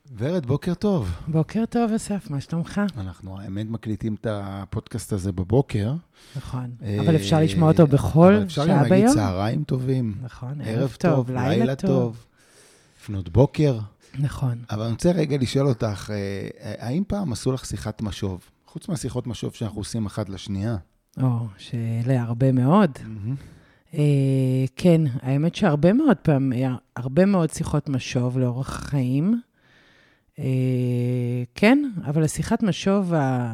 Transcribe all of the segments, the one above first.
ורד, בוקר טוב. בוקר טוב, אסף, מה שלומך? אנחנו האמת מקליטים את הפודקאסט הזה בבוקר. נכון, אבל אפשר לשמוע אותו בכל שעה ביום. אפשר גם להגיד צהריים טובים. נכון, ערב טוב, לילה טוב. לפנות בוקר. נכון. אבל אני רוצה רגע לשאול אותך, האם פעם עשו לך שיחת משוב? חוץ מהשיחות משוב שאנחנו עושים אחד לשנייה. שאלה הרבה מאוד. כן, האמת שהרבה מאוד פעם, הרבה מאוד שיחות משוב לאורך החיים. כן, אבל השיחת משוב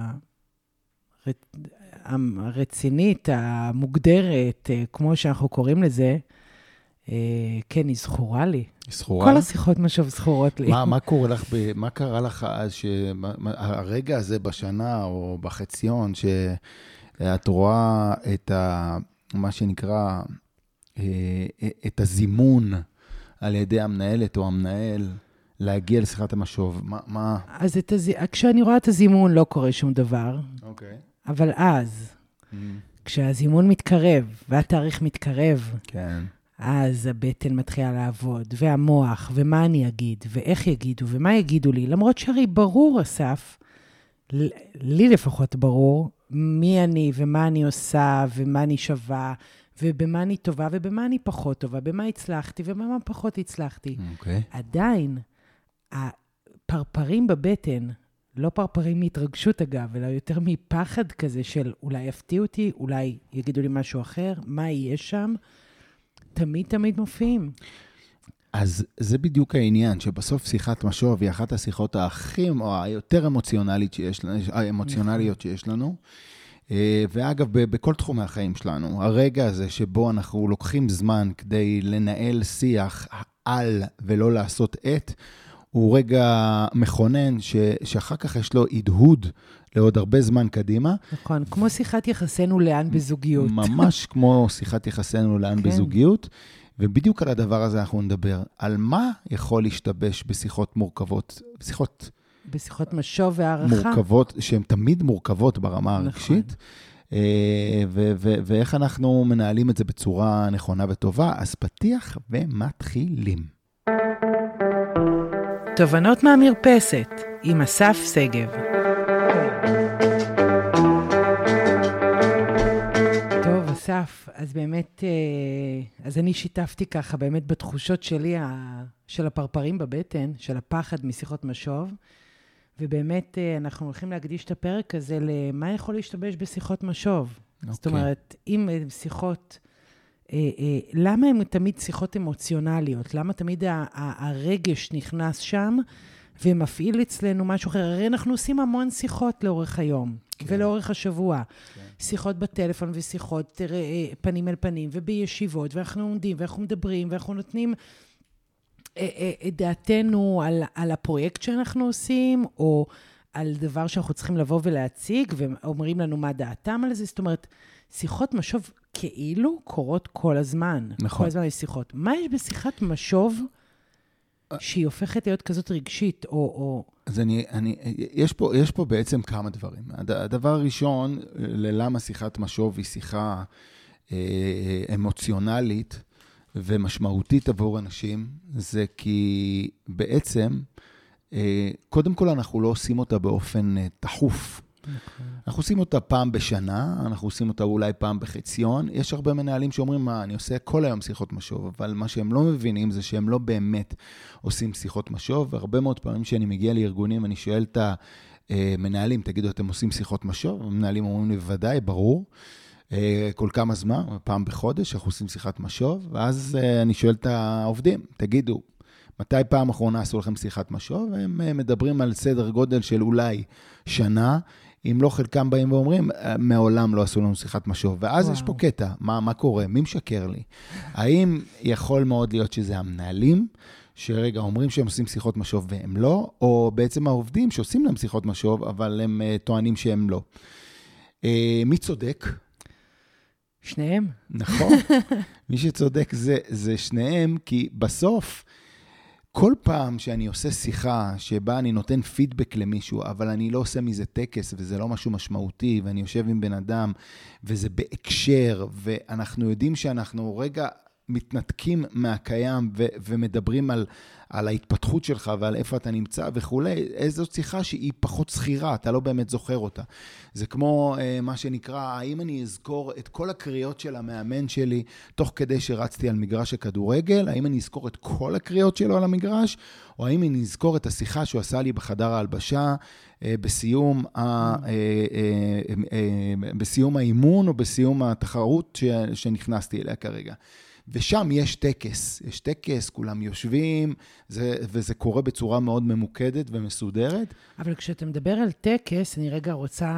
הרצינית, המוגדרת, כמו שאנחנו קוראים לזה, כן, היא זכורה לי. היא זכורה? כל השיחות משוב זכורות לי. מה קורה לך, מה קרה לך אז שהרגע הזה בשנה או בחציון, שאת רואה את מה שנקרא, את הזימון על ידי המנהלת או המנהל, להגיע לשיחת המשוב, מה? אז כשאני רואה את הזימון לא קורה שום דבר. אוקיי. אבל אז, כשהזימון מתקרב, והתאריך מתקרב, כן. אז הבטן מתחילה לעבוד, והמוח, ומה אני אגיד, ואיך יגידו, ומה יגידו לי. למרות שהרי ברור, אסף, לי לפחות ברור, מי אני, ומה אני עושה, ומה אני שווה, ובמה אני טובה, ובמה אני פחות טובה, במה הצלחתי, ובמה פחות הצלחתי. אוקיי. עדיין, הפרפרים בבטן, לא פרפרים מהתרגשות אגב, אלא יותר מפחד כזה של אולי יפתיעו אותי, אולי יגידו לי משהו אחר, מה יהיה שם, תמיד מופיעים. אז זה בדיוק העניין, שבסוף שיחת משוב היא אחת השיחות או היותר אמוציונליות שיש לנו. ואגב, בכל תחומי החיים שלנו, הרגע הזה שבו אנחנו לוקחים זמן כדי לנהל שיח על ולא לעשות הוא רגע מכונן שאחר כך יש לו הדהוד לעוד הרבה זמן קדימה. נכון, כמו שיחת יחסנו לאן בזוגיות. ממש כמו שיחת יחסנו לאן בזוגיות, ובדיוק על הדבר הזה אנחנו נדבר, על מה יכול להשתבש בשיחות מורכבות, בשיחות משוב והערכה. מורכבות, שהן תמיד מורכבות ברמה הרגשית, ואיך אנחנו מנהלים את זה בצורה נכונה וטובה, אז פתיח ומתחילים. תובנות מהמרפסת, עם אסף סגב. טוב, אסף, אז באמת, אז אני שיתפתי ככה, באמת בתחושות שלי, של הפרפרים בבטן, של הפחד משיחות משוב, ובאמת אנחנו הולכים להקדיש את הפרק הזה למה יכול להשתבש בשיחות משוב. זאת אומרת, אם שיחות, למה הן תמיד שיחות אמוציונליות? למה תמיד הרגש נכנס שם ומפעיל אצלנו משהו אחר? הרי אנחנו עושים המון שיחות לאורך היום ולאורך השבוע. שיחות בטלפון ושיחות פנים אל פנים ובישיבות, ואנחנו עומדים ואנחנו מדברים ואנחנו נותנים את דעתנו על הפרויקט שאנחנו עושים, או על דבר שאנחנו צריכים לבוא ולהציג, ואומרים לנו מה דעתם על זה. זאת אומרת, שיחות משוב כאילו קורות כל הזמן. נכון. כל הזמן יש שיחות. מה יש בשיחת משוב שהיא הופכת להיות כזאת רגשית, או... אז יש פה בעצם כמה דברים. הדבר הראשון, ללמה שיחת משוב היא שיחה אמוציונלית ומשמעותית עבור אנשים, זה כי בעצם, קודם כל אנחנו לא עושים אותה באופן תחוף. אנחנו עושים אותה פעם בשנה, אנחנו עושים אותה אולי פעם בחציון. יש הרבה מנהלים שאומרים, אני עושה כל היום שיחות משוב, אבל מה שהם לא מבינים זה שהם לא באמת עושים שיחות משוב, והרבה מאוד פעמים שאני מגיע לארגונים, אני שואל את המנהלים, תגידו, אתם עושים שיחות משוב? המנהלים אומרים לי, בוודאי, ברור. כל כמה זמן, פעם בחודש, אנחנו עושים שיחת משוב, ואז אני שואל את העובדים, תגידו, מתי פעם אחרונה עשו לכם שיחת משוב? הם מדברים על סדר גודל של אולי שנה, אם לא חלקם באים ואומרים, מעולם לא עשו לנו שיחת משוב. ואז יש פה קטע, מה קורה? מי משקר לי? האם יכול מאוד להיות שזה המנהלים, שרגע אומרים שהם עושים שיחות משוב והם לא, או בעצם העובדים שעושים להם שיחות משוב, אבל הם טוענים שהם לא. מי צודק? שניהם. נכון. מי שצודק זה שניהם, כי בסוף, כל פעם שאני עושה שיחה שבה אני נותן פידבק למישהו, אבל אני לא עושה מזה טקס, וזה לא משהו משמעותי, ואני יושב עם בן אדם, וזה בהקשר, ואנחנו יודעים שאנחנו רגע מתנתקים מהקיים ומדברים על ההתפתחות שלך ועל איפה אתה נמצא וכו', איזו שיחה שהיא פחות סחירה, אתה לא באמת זוכר אותה. זה כמו מה שנקרא, האם אני אזכור את כל הקריאות של המאמן שלי, תוך כדי שרצתי על מגרש הכדורגל, האם אני אזכור את כל הקריאות שלו על המגרש, או האם אני אזכור את השיחה שהוא עשה לי בחדר ההלבשה, בסיום האימון או בסיום התחרות שנכנסתי אליה כרגע. ושם יש טקס, כולם יושבים, וזה קורה בצורה מאוד ממוקדת ומסודרת. אבל כשאתה מדבר על טקס, אני רגע רוצה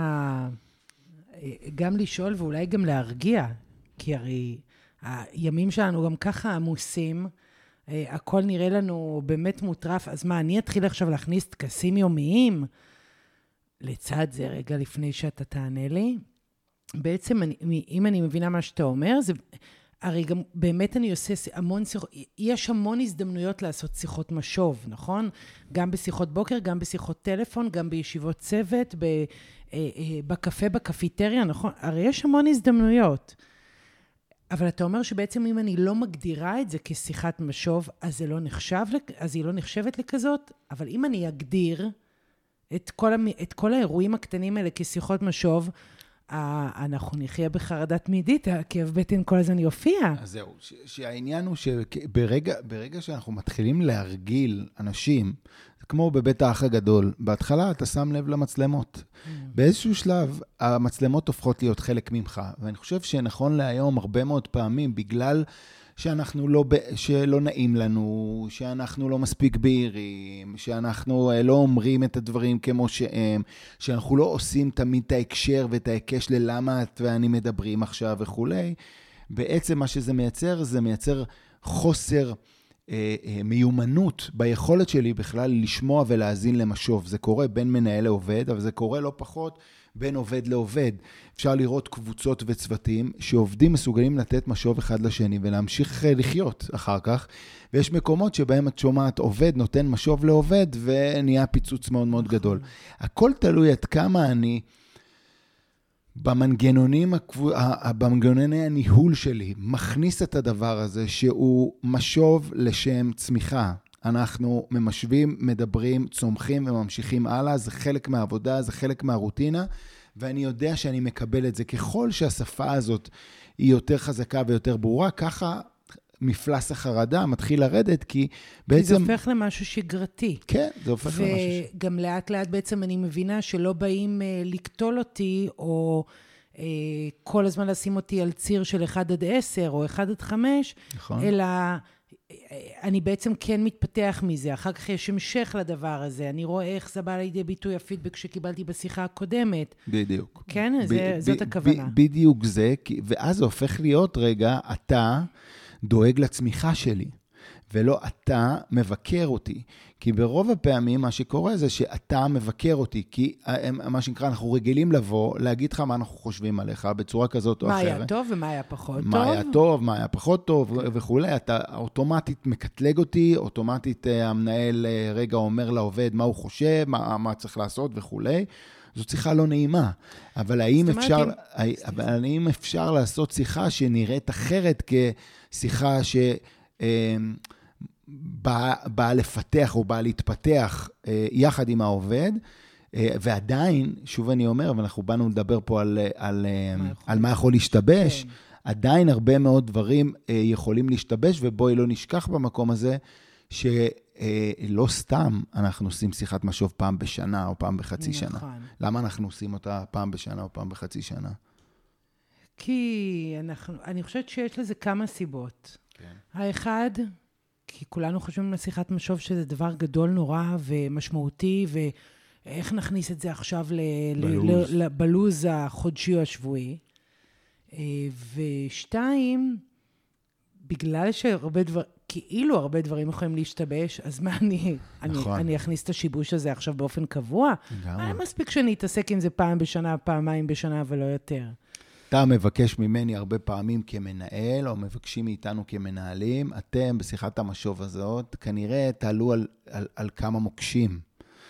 גם לשאול ואולי גם להרגיע, כי הרי הימים שלנו גם ככה עמוסים, הכל נראה לנו באמת מוטרף, אז מה, אני אתחיל עכשיו להכניס טקסים יומיים? לצד זה, רגע לפני שאתה תענה לי, בעצם אם אני מבינה מה שאתה אומר, זה... הרי גם באמת אני עושה המון שיחות, יש המון הזדמנויות לעשות שיחות משוב, נכון? גם בשיחות בוקר, גם בשיחות טלפון, גם בישיבות צוות, בקפה, בקפיטריה, נכון? הרי יש המון הזדמנויות. אבל אתה אומר שבעצם אם אני לא מגדירה את זה כשיחת משוב, אז היא לא נחשבת לכזאת, אבל אם אני אגדיר את כל האירועים הקטנים האלה כשיחות משוב, אנחנו נחיה בחרדת מידית, כאב בטן כל הזמן יופיע. אז זהו, שהעניין הוא שברגע שאנחנו מתחילים להרגיל אנשים, זה כמו בבית האח הגדול, בהתחלה אתה שם לב למצלמות. באיזשהו שלב, המצלמות הופכות להיות חלק ממך, ואני חושב שנכון להיום הרבה מאוד פעמים, בגלל שלא נעים לנו, שאנחנו לא מספיק בהירים, שאנחנו לא אומרים את הדברים כמו שהם, שאנחנו לא עושים תמיד את ההקשר ואת ההיקש ללמה את ואני מדברים עכשיו וכו'. בעצם מה שזה מייצר, זה מייצר חוסר מיומנות ביכולת שלי בכלל לשמוע ולהאזין למשוב. זה קורה בין מנהל לעובד, אבל זה קורה לא פחות בין עובד לעובד. אפשר לראות קבוצות וצוותים שעובדים מסוגלים לתת משוב אחד לשני ולהמשיך לחיות אחר כך, ויש מקומות שבהם את שומעת עובד נותן משוב לעובד ונהיה פיצוץ מאוד מאוד גדול. הכל תלוי עד כמה אני במנגנוני הניהול שלי מכניס את הדבר הזה שהוא משוב לשם צמיחה. אנחנו ממשווים, מדברים, צומחים וממשיכים הלאה, זה חלק מהעבודה, זה חלק מהרוטינה, ואני יודע שאני מקבל את זה. ככל שהשפה הזאת היא יותר חזקה ויותר ברורה, ככה מפלס החרדה מתחיל לרדת, כי בעצם... זה הופך למשהו שגרתי. כן, זה הופך למשהו שגרתי. וגם לאט לאט בעצם אני מבינה שלא באים לקטול אותי, או כל הזמן לשים אותי על ציר של 1 עד 10, או 1 עד 5, נכון. אלא... אני בעצם כן מתפתח מזה, אחר כך יש המשך לדבר הזה, אני רואה איך זה בא לידי ביטוי הפידבק שקיבלתי בשיחה הקודמת. בדיוק. כן, זאת הכוונה. בדיוק זה, ואז זה הופך להיות רגע, אתה דואג לצמיחה שלי, ולא אתה מבקר אותי. כי ברוב הפעמים מה שקורה זה שאתה מבקר אותי, כי מה שנקרא, אנחנו רגילים לבוא, להגיד לך מה אנחנו חושבים עליך, בצורה כזאת או אחרת. מה היה טוב ומה היה פחות טוב. מה היה טוב, מה היה פחות טוב וכו'. אתה אוטומטית מקטלג אותי, אוטומטית המנהל רגע אומר לעובד מה הוא חושב, מה צריך לעשות וכו'. זו שיחה לא נעימה. אבל האם אפשר לעשות שיחה שנראית אחרת כשיחה באה לפתח או באה להתפתח יחד עם העובד, ועדיין, שוב אני אומר, ואנחנו באנו לדבר פה על מה יכול להשתבש, עדיין הרבה מאוד דברים יכולים להשתבש, ובואי לא נשכח במקום הזה, שלא סתם אנחנו עושים שיחת משוב פעם בשנה או פעם בחצי שנה. למה אנחנו עושים אותה פעם בשנה או פעם בחצי שנה? כי אני חושבת שיש לזה כמה סיבות. האחד, כי כולנו חושבים לשיחת משוב שזה דבר גדול נורא ומשמעותי, ואיך נכניס את זה עכשיו בלוז החודשי או השבועי. ושתיים, בגלל כאילו הרבה דברים יכולים להשתבש, אז מה אני אכניס את השיבוש הזה עכשיו באופן קבוע? מספיק שאני אתעסק עם זה פעם בשנה, פעמיים בשנה ולא יותר. אתה מבקש ממני הרבה פעמים כמנהל, או מבקשים מאיתנו כמנהלים, אתם בשיחת המשוב הזאת, כנראה תעלו על כמה מוקשים.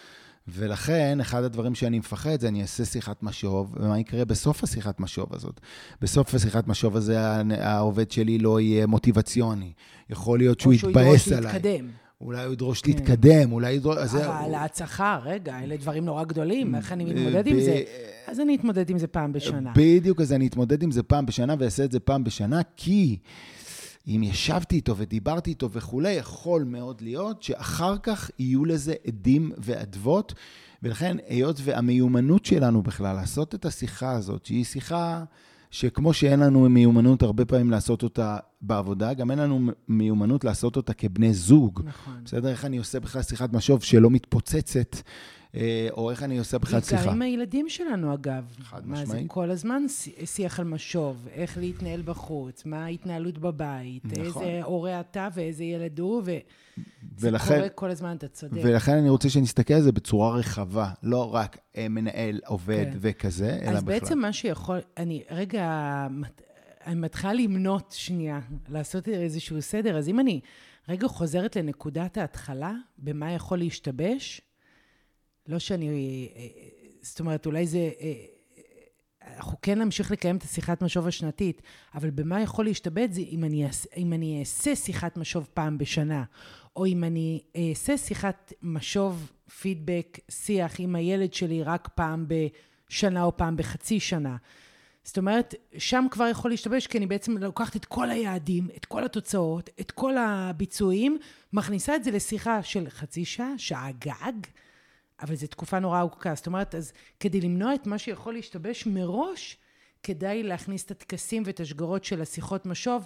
ולכן, אחד הדברים שאני מפחד זה אני אעשה שיחת משוב, ומה יקרה בסוף השיחת משוב הזאת? בסוף השיחת משוב הזה, העובד שלי לא יהיה מוטיבציוני. יכול להיות שהוא יתבאס עליי. אולי הוא ידרוש להתקדם, אולי ידרוש... אבל ההצלחה, רגע, אלה דברים נורא גדולים, איך אני מתמודד עם זה? אז אני אתמודד עם זה פעם בשנה. בדיוק, אז אני אתמודד עם זה פעם בשנה, ואעשה את זה פעם בשנה, כי אם ישבתי איתו ודיברתי איתו וכולי, יכול מאוד להיות שאחר כך יהיו לזה עדים ועדבות, ולכן היות והמיומנות שלנו בכלל, לעשות את השיחה הזאת, שהיא שיחה שכמו שאין לנו מיומנות הרבה פעמים לעשות אותה בעבודה, גם אין לנו מיומנות לעשות אותה כבני זוג. נכון. בסדר? איך אני עושה בכלל שיחת משוב שלא מתפוצצת, או איך אני עושה בכלל שיחה. בעיקר עם הילדים שלנו, אגב. חד מה משמעית. זה כל הזמן שיח על משוב, איך להתנהל בחוץ, מה ההתנהלות בבית, נכון. איזה הורה אתה ואיזה ילד הוא, וזה ולכן, קורה כל הזמן, אתה צודק. ולכן אני רוצה שנסתכל על זה בצורה רחבה, לא רק מנהל, עובד כן. וכזה, אלא בכלל. אז בעצם מה שיכול, אני מתחילה למנות שנייה, לעשות איזשהו סדר, אז אם אני רגע חוזרת לנקודת ההתחלה, במה יכול להשתבש, לא שאני, זאת אומרת, אולי זה, אנחנו כן נמשיך לקיים את השיחת משוב השנתית, אבל במה יכול להשתבש זה אם אני אעשה שיחת משוב פעם בשנה, או אם אני אעשה שיחת משוב, פידבק, שיח עם הילד שלי רק פעם בשנה או פעם בחצי שנה. זאת אומרת, שם כבר יכול להשתבש, כי אני בעצם לוקחת את כל היעדים, את כל התוצאות, את כל הביצועים, מכניסה את זה לשיחה של חצי שעה, שעה גג, אבל זו תקופה נורא ארוכה. זאת אומרת, אז כדי למנוע את מה שיכול להשתבש מראש, כדאי להכניס את התקסים ואת השגרות של השיחות משוב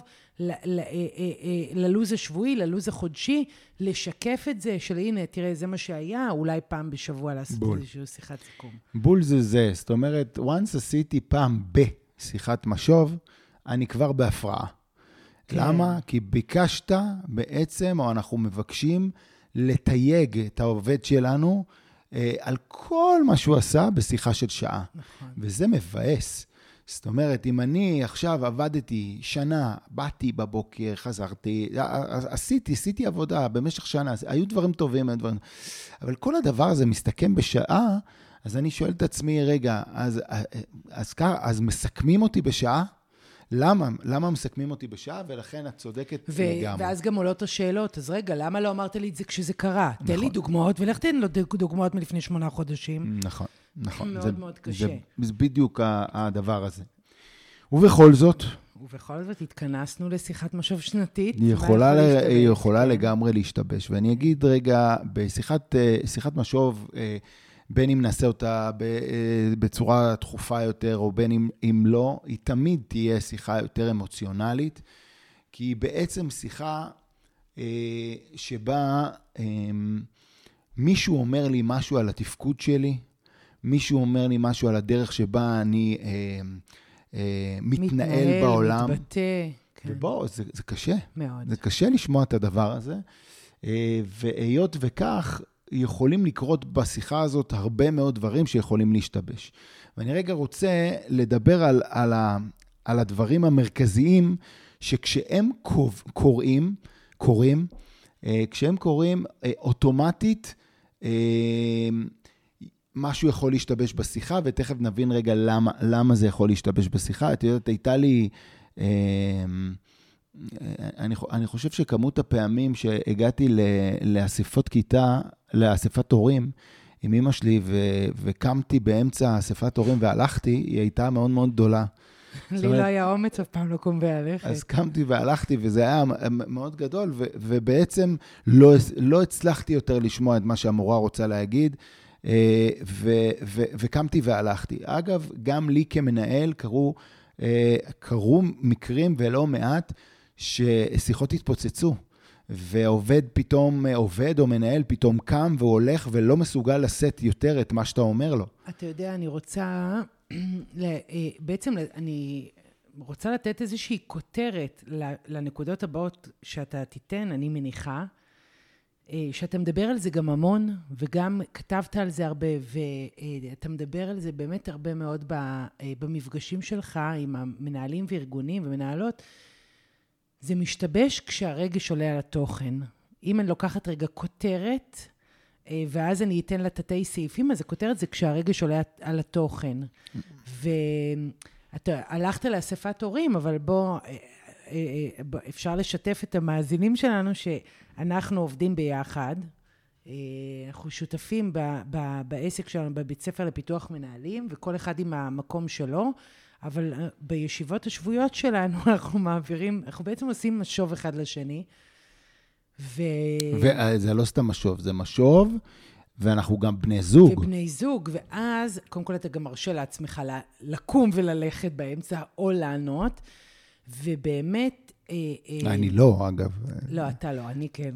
ללוז השבועי, ללוז החודשי, לשקף את זה, של הנה, תראה, זה מה שהיה, אולי פעם בשבוע לעשות איזשהו שיחת סיכום. בול זה. זאת אומרת, once עשיתי פעם בשיחת משוב, אני כבר בהפרעה. כן. למה? כי ביקשת בעצם, או אנחנו מבקשים, לתייג את העובד שלנו על כל מה שהוא עשה בשיחה של שעה. נכון. וזה מבאס. זאת אומרת, אם אני עכשיו עבדתי שנה, באתי בבוקר, חזרתי, עשיתי עבודה במשך שנה, היו דברים טובים, אבל כל הדבר הזה מסתכם בשעה, אז אני שואל את עצמי, רגע, אז מסכמים אותי בשעה? למה מסכמים אותי בשעה? ולכן את צודקת לגמרי. ואז גם עולות השאלות, אז רגע, למה לא אמרת לי את זה כשזה קרה? תן לי דוגמאות, ולך תן לו דוגמאות מלפני 8 חודשים. נכון. מאוד מאוד קשה. זה בדיוק הדבר הזה. ובכל זאת התכנסנו לשיחת משוב שנתית. היא יכולה לגמרי להשתבש. ואני אגיד רגע, בשיחת משוב, בין אם נעשה אותה בצורה דחופה יותר, או בין אם לא, היא תמיד תהיה שיחה יותר אמוציונלית, כי היא בעצם שיחה שבה מישהו אומר לי משהו על התפקוד שלי, מישהו אומר לי משהו על הדרך שבה אני מתנהל בעולם. מתבטא. כן. ובואו, זה קשה. מאוד. זה קשה לשמוע את הדבר הזה, והיות וכך, יכולים לקרות בשיחה הזאת הרבה מאוד דברים שיכולים להשתבש. ואני רגע רוצה לדבר על הדברים המרכזיים, שכשהם קוראים, כשהם קוראים, אוטומטית, משהו יכול להשתבש בשיחה, ותכף נבין רגע למה זה יכול להשתבש בשיחה. את יודעת, הייתה לי, אני חושב שכמות הפעמים שהגעתי לאספות כיתה, לאספת הורים עם אמא שלי, וקמתי באמצע אספת הורים והלכתי, היא הייתה מאוד מאוד גדולה. לי לא היה אומץ, אף פעם לא קום והלכת. אז קמתי והלכתי, וזה היה מאוד גדול, ובעצם לא הצלחתי יותר לשמוע את מה שהמורה רוצה להגיד, וקמתי והלכתי. אגב, גם לי כמנהל קרו מקרים ולא מעט, ששיחות התפוצצו, ועובד פתאום, עובד או מנהל פתאום קם והולך ולא מסוגל לשאת יותר את מה שאתה אומר לו. אתה יודע, אני רוצה, בעצם אני רוצה לתת איזושהי כותרת לנקודות הבאות שאתה תיתן, אני מניחה, שאתה מדבר על זה גם המון, וגם כתבת על זה הרבה, ואתה מדבר על זה באמת הרבה מאוד במפגשים שלך עם המנהלים וארגונים ומנהלות, זה משתבש כשהרגש עולה על התוכן. אם אני לוקחת רגע כותרת, ואז אני אתן לה תתי סעיפים, אז הכותרת זה כשהרגש עולה על התוכן. ואתה הלכת לאספת הורים, אבל בוא, אפשר לשתף את המאזינים שלנו שאנחנו עובדים ביחד, אנחנו שותפים בעסק שלנו, בבית ספר לפיתוח מנהלים, וכל אחד עם המקום שלו, אבל בישיבות השבועיות שלנו אנחנו מעבירים, אנחנו בעצם עושים משוב אחד לשני, וזה לא סתם משוב, זה משוב, ואנחנו גם בני זוג. ובני זוג, ואז, קודם כל אתה גם מרשה לעצמך לקום וללכת באמצע, או לענות, ובאמת... אני לא, אגב. לא, אתה לא, אני כן.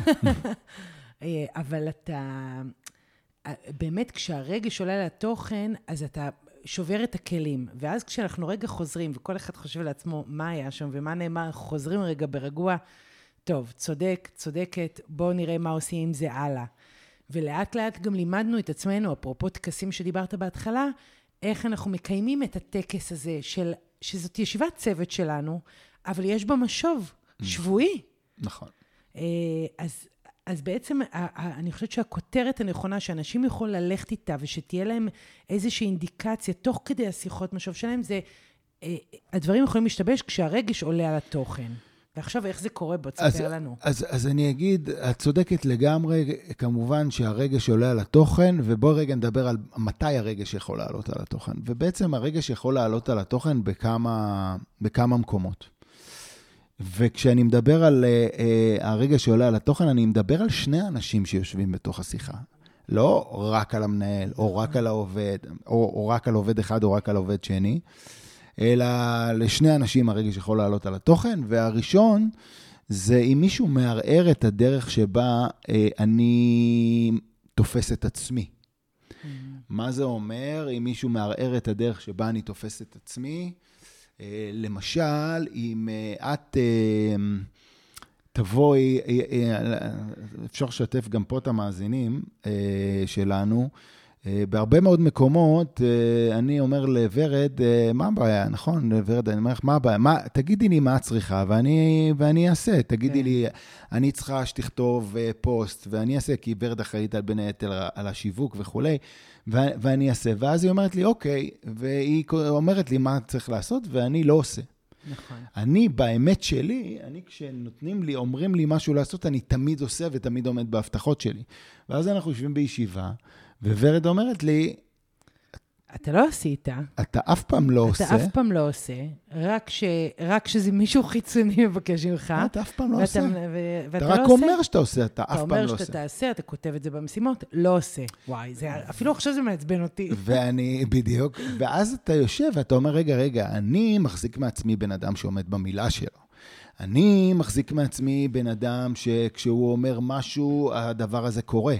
אבל אתה... באמת, כשהרגש עולה לתוכן, אז אתה שובר את הכלים, ואז כשאנחנו רגע חוזרים, וכל אחד חושב לעצמו מה היה שם ומה נאמר, חוזרים רגע ברגוע, טוב, צודקת, בואו נראה מה עושים עם זה הלאה. ולאט לאט גם לימדנו את עצמנו, אפרופו טקסים שדיברת בהתחלה, איך אנחנו מקיימים את הטקס הזה, שזאת ישיבת צוות שלנו, אבל יש בה משוב שבועי. נכון. אז בעצם אני חושבת שהכותרת הנכונה שאנשים יכולים ללכת איתה, ושתהיה להם איזושהי אינדיקציה תוך כדי השיחות משוב שלהם, זה הדברים יכולים להשתבש כשהרגש עולה על התוכן. ועכשיו איך זה קורה? בוא תספר לנו. אז אני אגיד, את צודקת לגמרי, כמובן שהרגש עולה על התוכן, ובוא רגע נדבר על מתי הרגש יכול לעלות על התוכן. ובעצם הרגש יכול לעלות על התוכן בכמה מקומות. וכשאני מדבר על הרגש שעולה על התוכן, אני מדבר על שני אנשים שיושבים בתוך השיחה. לא רק על המנהל, או רק על העובד, או רק על עובד אחד, או רק על עובד שני, אלא לשני אנשים הרגש יכול לעלות על התוכן, והראשון זה אם מישהו מערער את הדרך שבה אני תופס את עצמי. מה זה אומר? אם מישהו מערער את הדרך שבה אני תופס את עצמי, למשל, אם את תבואי, אפשר לשתף גם פה את המאזינים שלנו, בהרבה מאוד מקומות, אני אומר לוורד, מה הבעיה, נכון? לוורד, אני אומר לך, מה הבעיה? תגידי לי מה את צריכה, ואני אעשה. תגידי לי, אני צריכה שתכתוב פוסט, ואני אעשה, כי ורד אחראית על בין היתר על השיווק וכו', ואני אעשה. ואז היא אומרת לי, אוקיי, והיא אומרת לי מה צריך לעשות, ואני לא עושה. נכון. אני, באמת שלי, כשנותנים לי, אומרים לי משהו לעשות, אני תמיד עושה ותמיד עומד בהבטחות שלי. ואז אנחנו יושבים בישיבה, וורד אומרת לי, אתה לא עשית. אתה אף פעם לא עושה. אתה אף פעם לא עושה, רק שזה מישהו חיצוני מבקש ממך. אתה אף פעם לא עושה. אתה רק אומר שאתה עושה, אתה אף פעם לא עושה. אתה אומר שאתה תעשה, אתה כותב את זה במשימות, לא עושה. וואי, אפילו עכשיו זה מעצבן אותי. ואני, בדיוק, ואז אתה יושב ואתה אומר, רגע, אני מחזיק מעצמי בן אדם שעומד במילה שלו. אני מחזיק מעצמי בן אדם שכשהוא אומר משהו, הדבר הזה קורה.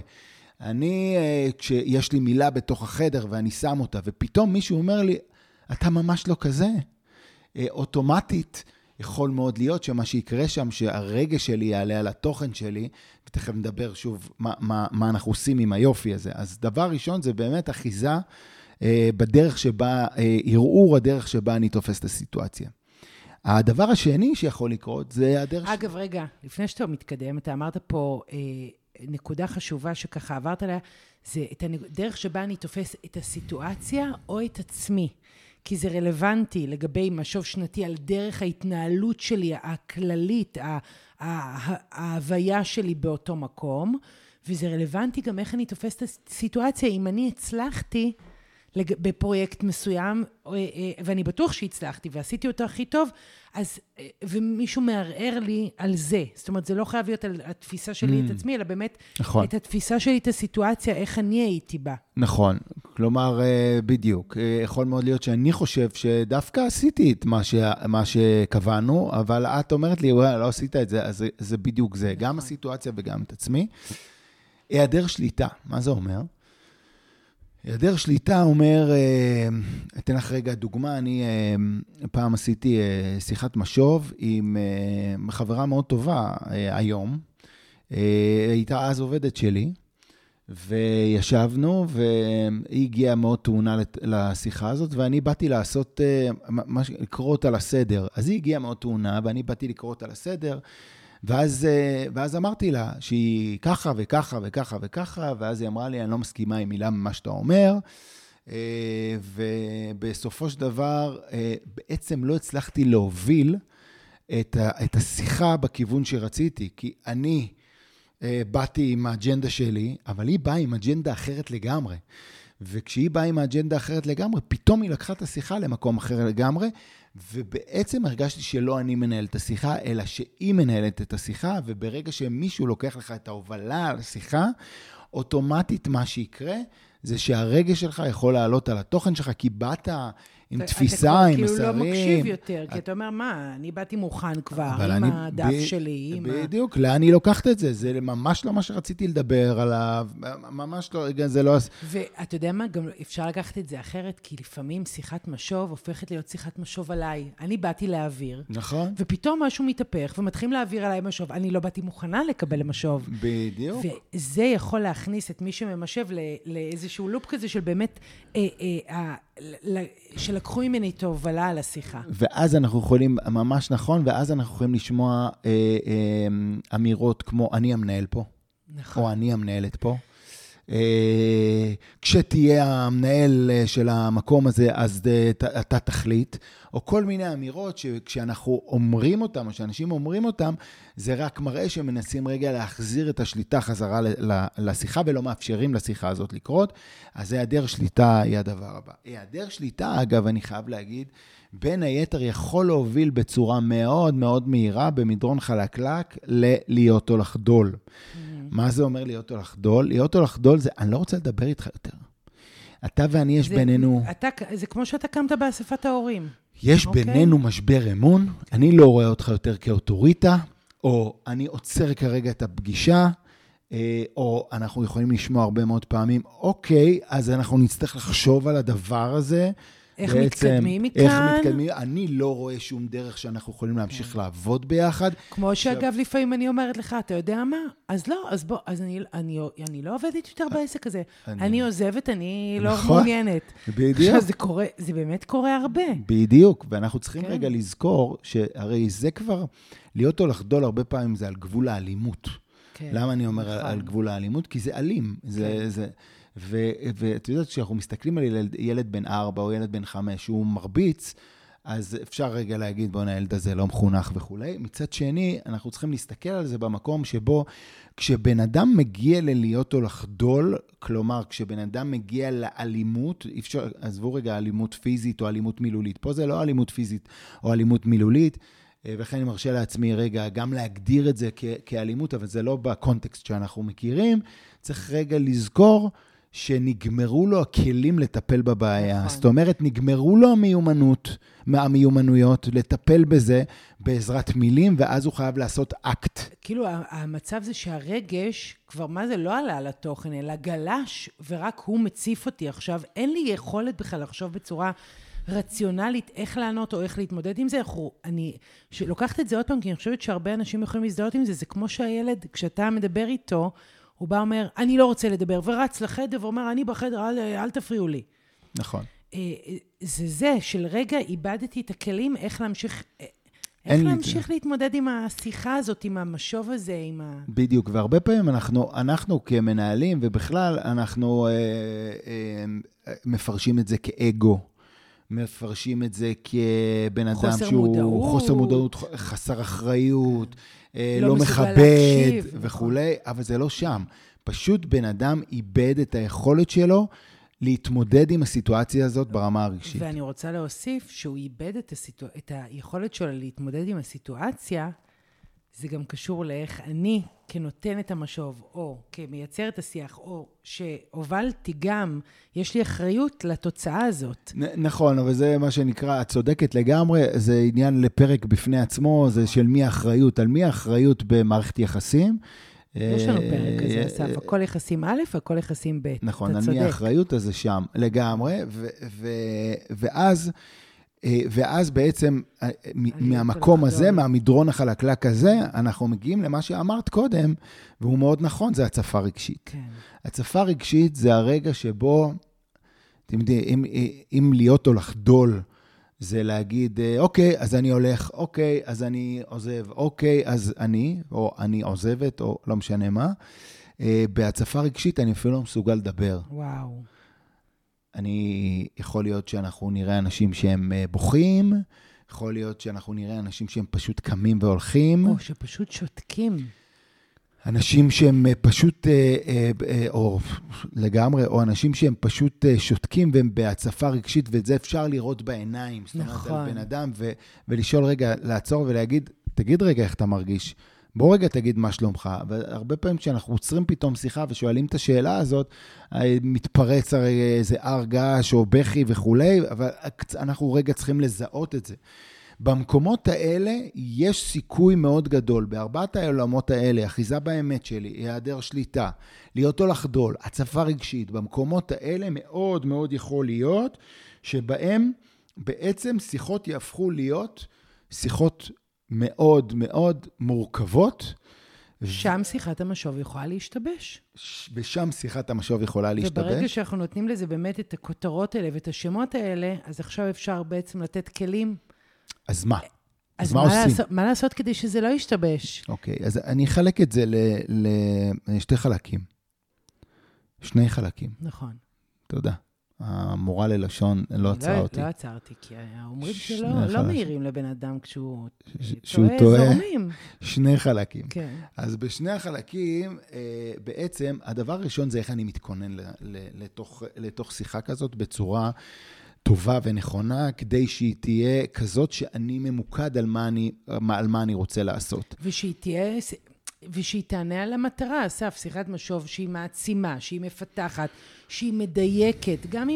כשיש לי מילה בתוך החדר ואני שם אותה, ופתאום מישהו אומר לי, אתה ממש לא כזה. אוטומטית יכול מאוד להיות שמה שיקרה שם, שהרגש שלי יעלה על התוכן שלי, ותכף נדבר שוב מה אנחנו עושים עם היופי הזה. אז דבר ראשון זה באמת אחיזה בדרך שבה, ערעור הדרך שבה אני תופס את הסיטואציה. הדבר השני שיכול לקרות זה הדרך... אגב, רגע, לפני שאתה מתקדם, אתה אמרת פה... נקודה חשובה שככה עברת עליה, זה את הדרך שבה אני תופס את הסיטואציה או את עצמי. כי זה רלוונטי לגבי משוב שנתי על דרך ההתנהלות שלי, הכללית, ההוויה שלי באותו מקום, וזה רלוונטי גם איך אני תופס את הסיטואציה. אם אני הצלחתי בפרויקט מסוים, ואני בטוח שהצלחתי ועשיתי אותו הכי טוב, אז, ומישהו מערער לי על זה. זאת אומרת, זה לא חייב להיות על התפיסה שלי את עצמי, אלא באמת את התפיסה שלי, את הסיטואציה, איך אני הייתי בה. נכון. כלומר, בדיוק. יכול מאוד להיות שאני חושב שדווקא עשיתי את מה שקבענו, אבל את אומרת לי, לא עשית את זה, אז זה בדיוק זה. גם הסיטואציה וגם את עצמי. היעדר שליטה. מה זה אומר? היעדר שליטה אומר, אתן לך רגע דוגמה, אני פעם עשיתי שיחת משוב עם חברה מאוד טובה היום, הייתה אז עובדת שלי, וישבנו, והיא הגיעה מאוד טעונה לשיחה הזאת, ואני באתי לקרוא אותה לסדר. אז היא הגיעה מאוד טעונה, ואני באתי לקרוא אותה לסדר, ואז אמרתי לה שהיא ככה וככה וככה וככה, ואז היא אמרה לי, אני לא מסכימה עם מילה ממה שאתה אומר, ובסופו של דבר, בעצם לא הצלחתי להוביל את השיחה בכיוון שרציתי, כי אני באתי עם האג'נדה שלי, אבל היא באה עם אג'נדה אחרת לגמרי. וכשהיא באה עם האג'נדה אחרת לגמרי, פתאום היא לקחה את השיחה למקום אחר לגמרי, ובעצם הרגשתי שלא אני מנהל את השיחה, אלא שהיא מנהלת את השיחה, וברגע שמישהו לוקח לך את ההובלה על השיחה, אוטומטית מה שיקרה, זה שהרגש שלך יכול לעלות על התוכן שלך, כי באת עם תפיסה, עם מסרים. אתה כאילו לא מקשיב יותר, כי אתה אומר, מה, אני באתי מוכן כבר עם הדף שלי. בדיוק, לאן אני לוקחת את זה? זה ממש לא מה שרציתי לדבר עליו, ממש לא, זה לא... ואתה יודע מה, גם אפשר לקחת את זה אחרת, כי לפעמים שיחת משוב הופכת להיות שיחת משוב עליי. אני באתי להעביר. נכון. ופתאום משהו מתהפך, ומתחילים להעביר עליי משוב. אני לא באתי מוכנה לקבל משוב. בדיוק. וזה יכול להכניס את מי שממשב לאיזשהו לופ כזה של באמת, שלקחו ממני את ההובלה על השיחה. ואז אנחנו יכולים, ממש נכון, ואז אנחנו יכולים לשמוע אמירות כמו, אני המנהל פה, נכון. או אני המנהלת פה. כשתהיה המנהל של המקום הזה, אז אתה תחליט, או כל מיני אמירות שכשאנחנו אומרים אותם, או שאנשים אומרים אותם, זה רק מראה שמנסים רגע להחזיר את השליטה חזרה לשיחה, ולא מאפשרים לשיחה הזאת לקרות, אז היעדר שליטה היא הדבר הבא. היעדר שליטה, אגב, אני חייב להגיד, בין היתר יכול להוביל בצורה מאוד מאוד מהירה, במדרון חלקלק, להיות או לחדול. מה זה אומר להיות או לחדול? להיות או לחדול זה, אני לא רוצה לדבר איתך יותר. אתה ואני יש בינינו... זה כמו שאתה קמת באספת ההורים. יש בינינו משבר אמון, אני לא רואה אותך יותר כאוטוריטה, או אני עוצר כרגע את הפגישה, או אנחנו יכולים לשמוע הרבה מאוד פעמים, אוקיי, אז אנחנו נצטרך לחשוב על הדבר הזה, איך מתקדמים מכאן? איך מתקדמים? אני לא רואה שום דרך שאנחנו יכולים להמשיך לעבוד ביחד. כמו שאגב, לפעמים אני אומרת לך, אתה יודע מה? אז לא, אז בוא, אז אני לא עובדת יותר בעסק הזה. אני עוזבת, אני לא מעוניינת. בדיוק. זה באמת קורה הרבה. בדיוק, ואנחנו צריכים רגע לזכור, שהרי זה כבר, להיות או לחדול הרבה פעמים זה על גבול האלימות. למה אני אומר על גבול האלימות? כי זה אלים. ואת יודעת, כשאנחנו מסתכלים על ילד בן 4 או ילד בן 5, שהוא מרביץ, אז אפשר רגע להגיד, בוא, הילד הזה לא מחונך וכו'. מצד שני, אנחנו צריכים להסתכל על זה במקום שבו, כשבן אדם מגיע ללהיות או לחדול, כלומר, כשבן אדם מגיע לאלימות, אפשר, עזבו רגע אלימות פיזית או אלימות מילולית. פה זה לא אלימות פיזית או אלימות מילולית, וכן אני מרשה לעצמי רגע גם להגדיר את זה כאלימות, אבל זה לא בקונטקסט שאנחנו מכירים. צריך רגע לזכור שנגמרו לו הכלים לטפל בבעיה. נכון. זאת אומרת, נגמרו לו המיומנויות לטפל בזה בעזרת מילים, ואז הוא חייב לעשות אקט. כאילו, המצב זה שהרגש כבר מה זה לא עלה לתוכן, אלא גלש, ורק הוא מציף אותי. עכשיו, אין לי יכולת בכלל לחשוב בצורה רציונלית איך לענות או איך להתמודד עם זה. אני לוקחת את זה עוד פעם, כי אני חושבת שהרבה אנשים יכולים להזדהות עם זה. זה כמו שהילד, כשאתה מדבר איתו, הוא בא אומר, אני לא רוצה לדבר, ורץ לחדר ואומר, אני בחדר, אל תפריעו לי. נכון. זה של רגע איבדתי את הכלים, איך להמשיך להתמודד עם השיחה הזאת, עם המשוב הזה, עם בדיוק, והרבה פעמים אנחנו כמנהלים, ובכלל אנחנו מפרשים את זה כאגו, מפרשים את זה כבן אדם שהוא חוסר מודעות, חסר אחריות, לא מכבד וכו', אבל זה לא שם. פשוט בן אדם איבד את היכולת שלו להתמודד עם הסיטואציה הזאת ברמה הרגשית. ואני רוצה להוסיף שהוא איבד את היכולת שלו להתמודד עם הסיטואציה, זה גם קשור לאיך אני כנותן את המשוב, או כמייצר את השיח, או שהובלתי גם, יש לי אחריות לתוצאה הזאת. נכון, אבל זה מה שנקרא, את צודקת לגמרי, זה עניין לפרק בפני עצמו, זה של מי האחריות, על מי האחריות במערכת יחסים. יש לנו פרק כזה, אסף, הכל יחסים א', הכל יחסים ב'. נכון, על מי האחריות הזה שם לגמרי, ואז בעצם מהמקום הזה, מהמדרון החלקלק הזה, אנחנו מגיעים למה שאמרת קודם, והוא מאוד נכון, זה הצפה רגשית. כן. הצפה רגשית זה הרגע שבו, אתם יודעים, אם להיות או לחדול, זה להגיד, אוקיי, אז אני הולך, אוקיי, אז אני עוזב, אוקיי, אז או אני עוזבת, או לא משנה מה. בהצפה רגשית אני אפילו לא מסוגל לדבר. וואו. יכול להיות שאנחנו נראה אנשים שהם בוכים, יכול להיות שאנחנו נראה אנשים שהם פשוט קמים והולכים. או שפשוט שותקים. אנשים שהם פשוט, או לגמרי, או אנשים שהם פשוט שותקים והם בהצפה רגשית, ואת זה אפשר לראות בעיניים. נכון. זאת אומרת, על בן אדם, ולשאול רגע, לעצור ולהגיד, תגיד רגע איך אתה מרגיש. בוא רגע תגיד מה שלומך. והרבה פעמים כשאנחנו עוצרים פתאום שיחה ושואלים את השאלה הזאת, מתפרץ הרי איזה הרגש או בכי וכולי, אבל אנחנו רגע צריכים לזהות את זה. במקומות האלה יש סיכוי מאוד גדול, בארבעת העולמות האלה, אחיזה באמת שלי, היעדר שליטה, להיות או לחדול, הצפה רגשית, במקומות האלה מאוד מאוד יכול להיות, שבהם בעצם שיחות יהפכו להיות שיחות מאוד מאוד מורכבות. שם שיחת המשוב יכולה להשתבש. ושם שיחת המשוב יכולה להשתבש. וברגע שאנחנו נותנים לזה באמת את הכותרות האלה ואת השמות האלה, אז עכשיו אפשר בעצם לתת כלים. אז מה? אז מה עושים? מה לעשות כדי שזה לא ישתבש? אוקיי, אז אני אחלק את זה לשתי חלקים. שני חלקים. נכון. תודה. המורה ללשון לא עצרה אותי. לא עצרתי, כי אומרים שלא מהירים לבן אדם כשהוא טועה, זורמים. שני חלקים. כן. אז בשני החלקים, בעצם, הדבר הראשון זה איך אני מתכונן לתוך שיחה כזאת בצורה טובה ונכונה, כדי שהיא תהיה כזאת שאני ממוקד על מה אני רוצה לעשות. ושהיא תענה על המטרה, אסף, שיחת משוב, שהיא מעצימה, שהיא מפתחת, שהיא מדייקת, גם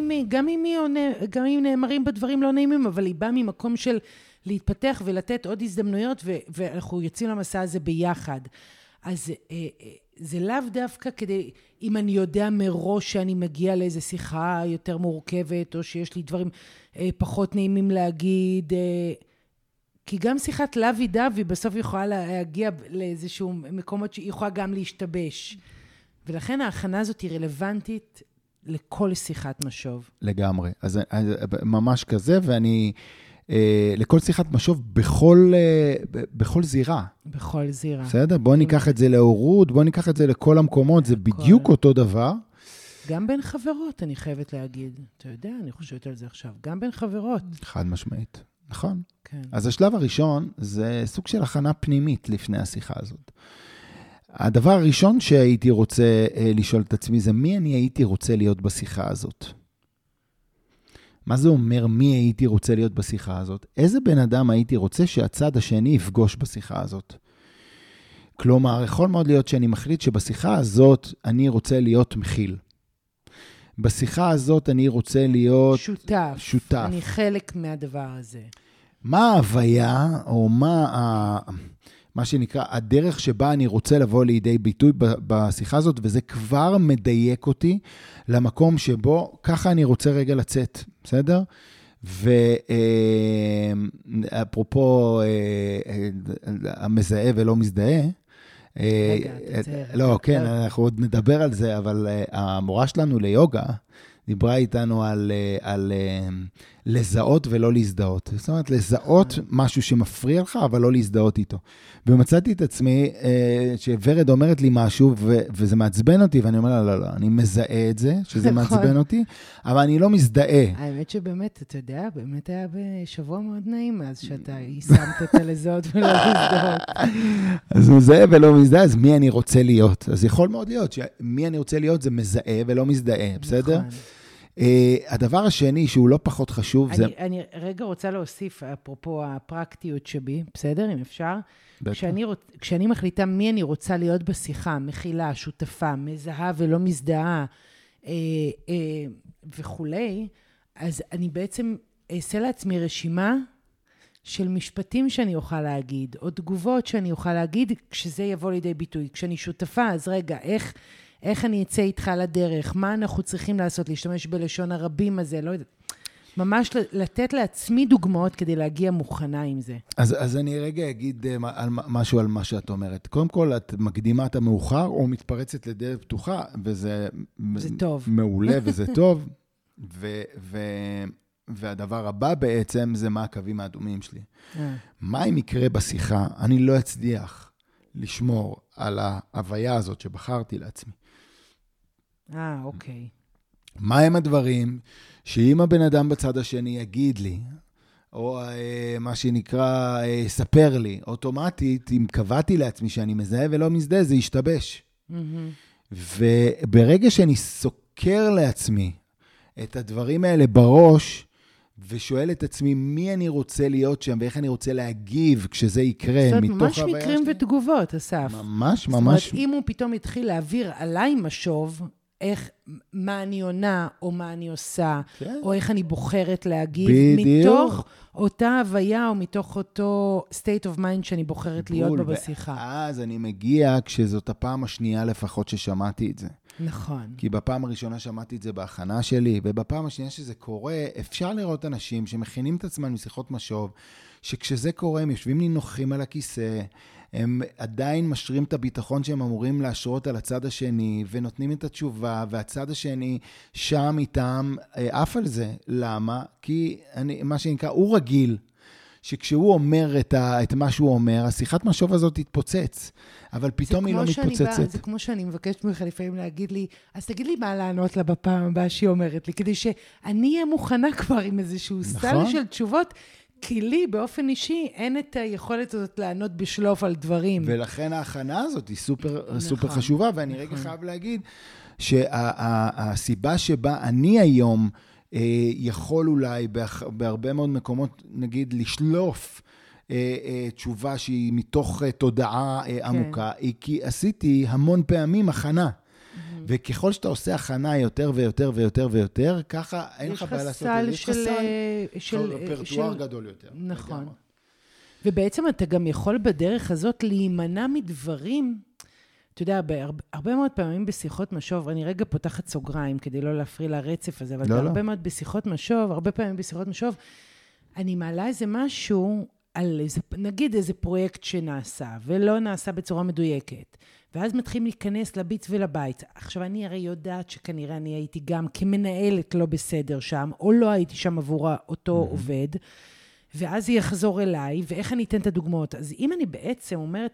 אם נאמרים בדברים לא נעימים, אבל היא באה ממקום של להתפתח ולתת עוד הזדמנויות, ואנחנו יוצאים למסע הזה ביחד. אז זה לאו דווקא כדי, אם אני יודע מראש שאני מגיע לאיזו שיחה יותר מורכבת, או שיש לי דברים פחות נעימים להגיד, כי גם שיחת לוי דווי בסוף יכולה להגיע לאיזשהו מקומות שהיא יכולה גם להשתבש. ולכן ההכנה הזאת היא רלוונטית לכל שיחת משוב. לגמרי. אז ממש כזה, ואני לכל שיחת משוב בכל זירה. בכל זירה. בסדר? בוא ניקח את זה להורות, בוא ניקח את זה לכל המקומות, זה בדיוק אותו דבר. גם בין חברות, אני חייבת להגיד. אתה יודע, אני חושבת על זה עכשיו. גם בין חברות. חד משמעית. נכון. כן. אז השלב הראשון זה סוג של הכנה פנימית לפני השיחה הזאת. הדבר הראשון שהייתי רוצה לשאול את עצמי זה מי אני הייתי רוצה להיות בשיחה הזאת. מה זה אומר מי הייתי רוצה להיות בשיחה הזאת? איזה בן אדם הייתי רוצה שהצד השני יפגוש בשיחה הזאת? כלומר, יכול מאוד להיות שאני מחליט שבשיחה הזאת אני רוצה להיות מכיל. בשיחה הזאת אני רוצה להיות שותף. אני חלק מהדבר הזה. מה ההוויה, או מה שנקרא, הדרך שבה אני רוצה לבוא לידי ביטוי בשיחה הזאת, וזה כבר מדייק אותי למקום שבו ככה אני רוצה רגע לצאת, בסדר? ואפרופו המזהה ולא מזדהה, לא, כן, אנחנו עוד נדבר על זה, אבל המורה שלנו ליוגה דיברה איתנו על לזהות ולא להזדהות. זאת אומרת, לזהות משהו שמפריע לך, אבל לא להזדהות איתו. ומצאתי את עצמי שוורד אומרת לי משהו, וזה מעצבן אותי, ואני אומר לה, לא, אני מזהה את זה, שזה מעצבן אותי, אבל אני לא מזדהה. האמת שבאמת, אתה יודע, באמת היה בשבוע מאוד נעים, אז שאתה שמת את הלזהות ולא להזדהות. אז מזהה ולא מזדהה, אז מי אני רוצה להיות? אז יכול מאוד להיות שמי אני רוצה להיות זה מזהה ולא מזדהה, בסדר? הדבר השני שהוא לא פחות חשוב זה... אני רגע רוצה להוסיף, אפרופו הפרקטיות שבי, בסדר, אם אפשר? כשאני מחליטה מי אני רוצה להיות בשיחה, מכילה, שותפה, מזהה ולא מזדהה וכולי, אז אני בעצם אעשה לעצמי רשימה של משפטים שאני אוכל להגיד, או תגובות שאני אוכל להגיד, כשזה יבוא לידי ביטוי. כשאני שותפה, אז רגע, איך אני אצא איתך לדרך? מה אנחנו צריכים לעשות? להשתמש בלשון הרבים הזה? לא יודעת. ממש לתת לעצמי דוגמאות כדי להגיע מוכנה עם זה. אז אני רגע אגיד משהו על מה שאת אומרת. קודם כל, את מקדימה את המאוחר או מתפרצת לדרך פתוחה, וזה טוב. מעולה וזה טוב. והדבר הבא בעצם זה מה הקווים האדומים שלי. מה אם יקרה בשיחה? אני לא אצליח לשמור על ההוויה הזאת שבחרתי לעצמי. אוקיי. מה הם הדברים שאם הבן אדם בצד השני יגיד לי, או מה שנקרא, ספר לי, אוטומטית, אם קבעתי לעצמי שאני מזהה ולא מזדהה, זה ישתבש. וברגע שאני סוקר לעצמי את הדברים האלה בראש, ושואל את עצמי מי אני רוצה להיות שם, ואיך אני רוצה להגיב כשזה יקרה, מתוך ממש מקרים ותגובות, אסף. ממש. זאת אומרת, אם הוא פתאום התחיל להעביר עליי משוב, מה אני עונה, או מה אני עושה, או איך אני בוחרת להגיב, מתוך אותה הוויה, או מתוך אותו state of mind שאני בוחרת להיות בה בשיחה. אז אני מגיע כשזאת הפעם השנייה לפחות ששמעתי את זה. נכון. כי בפעם הראשונה שמעתי את זה בהכנה שלי, ובפעם השנייה שזה קורה, אפשר לראות אנשים שמכינים את עצמם משיחות משוב, שכשזה קורה הם יושבים נינוחים על הכיסא, הם עדיין משרים את הביטחון שהם אמורים להשרות על הצד השני, ונותנים את התשובה, והצד השני שם איתם אף על זה. למה? כי מה שנקרא, הוא רגיל, שכשהוא אומר את מה שהוא אומר, השיחת משוב הזאת תתפוצץ, אבל פתאום היא לא מתפוצצת. זה כמו שאני מבקשת ממך לפעמים להגיד לי, אז תגיד לי מה לענות לה בפעם הבאה שהיא אומרת לי, כדי שאני אהיה מוכנה כבר עם איזשהו סל של תשובות, כי לי באופן אישי אין את היכולת הזאת לענות בשלוף על דברים. ולכן ההכנה הזאת היא סופר חשובה, ואני רגע חייב להגיד שהסיבה שבה אני היום יכול אולי בהרבה מאוד מקומות, נגיד, לשלוף תשובה שהיא מתוך תודעה עמוקה, היא כי עשיתי המון פעמים הכנה. וככל שאתה עושה הכנה יותר ויותר ויותר ויותר, ככה אין לך בעיה לעשות את זה. יש לך סל פרטואר גדול יותר. נכון. ובעצם אתה גם יכול בדרך הזאת להימנע מדברים, אתה יודע, הרבה מאוד פעמים בשיחות משוב, אני רגע פותחת סוגריים כדי לא להפריע לרצף הזה, אבל הרבה מאוד בשיחות משוב, הרבה פעמים בשיחות משוב, אני מעלה איזה משהו על איזה, נגיד איזה פרויקט שנעשה, ולא נעשה בצורה מדויקת. ואז מתחילים להיכנס לביץ ולבית. עכשיו, אני הרי יודעת שכנראה אני הייתי גם כמנהלת לא בסדר שם, או לא הייתי שם עבור אותו עובד, ואז היא יחזור אליי, ואיך אני אתן את הדוגמאות. אז אם אני בעצם אומרת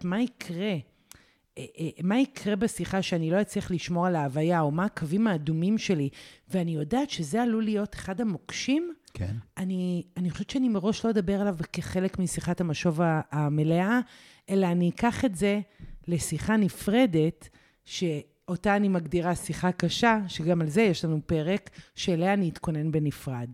מה יקרה בשיחה שאני לא אצליח לשמור על ההוויה, או מה הקווים האדומים שלי, ואני יודעת שזה עלול להיות אחד המוקשים, כן. אני חושבת שאני מראש לא אדבר עליו כחלק משיחת המשוב המלאה, אלא אני אקח את זה לשיחה נפרדת, שאותה אני מגדירה שיחה קשה, שגם על זה יש לנו פרק, שאליה אני אתכונן בנפרד.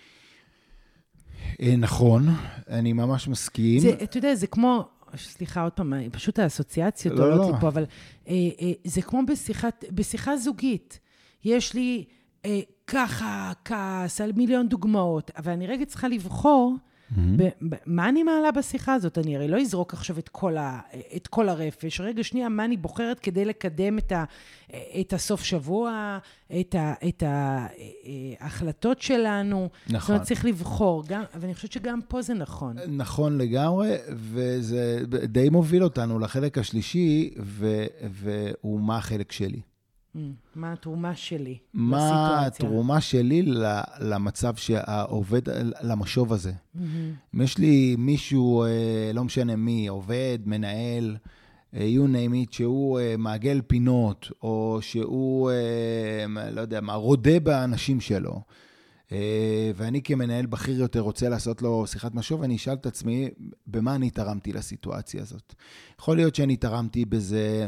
נכון, אני ממש מסכים. אתה יודע, זה כמו, סליחה עוד פעם, פשוט האסוציאציות עולות לי פה, אבל זה כמו בשיחה זוגית. יש לי ככה, כעס, על מיליון דוגמאות, אבל אני רגע צריכה לבחור, מה אני מעלה בשיחה הזאת? אני הרי לא אזרוק עכשיו את כל הרפש. רגע שנייה, מה אני בוחרת כדי לקדם את הסוף שבוע, את ההחלטות שלנו. נכון. זאת אומרת, צריך לבחור. אבל אני חושבת שגם פה זה נכון. נכון לגמרי, וזה די מוביל אותנו לחלק השלישי, והוא מה החלק שלי. מה התרומה שלי מה התרומה שלי למצב שהעובד, למשוב הזה. אם יש לי מישהו, לא משנה מי, עובד, מנהל, you name it, שהוא מעגל פינות, או שהוא, לא יודע מה, רודה באנשים שלו, ואני כמנהל בכיר יותר רוצה לעשות לו שיחת משוב, ואני אשאל את עצמי, במה אני תרמתי לסיטואציה הזאת? יכול להיות שאני תרמתי בזה,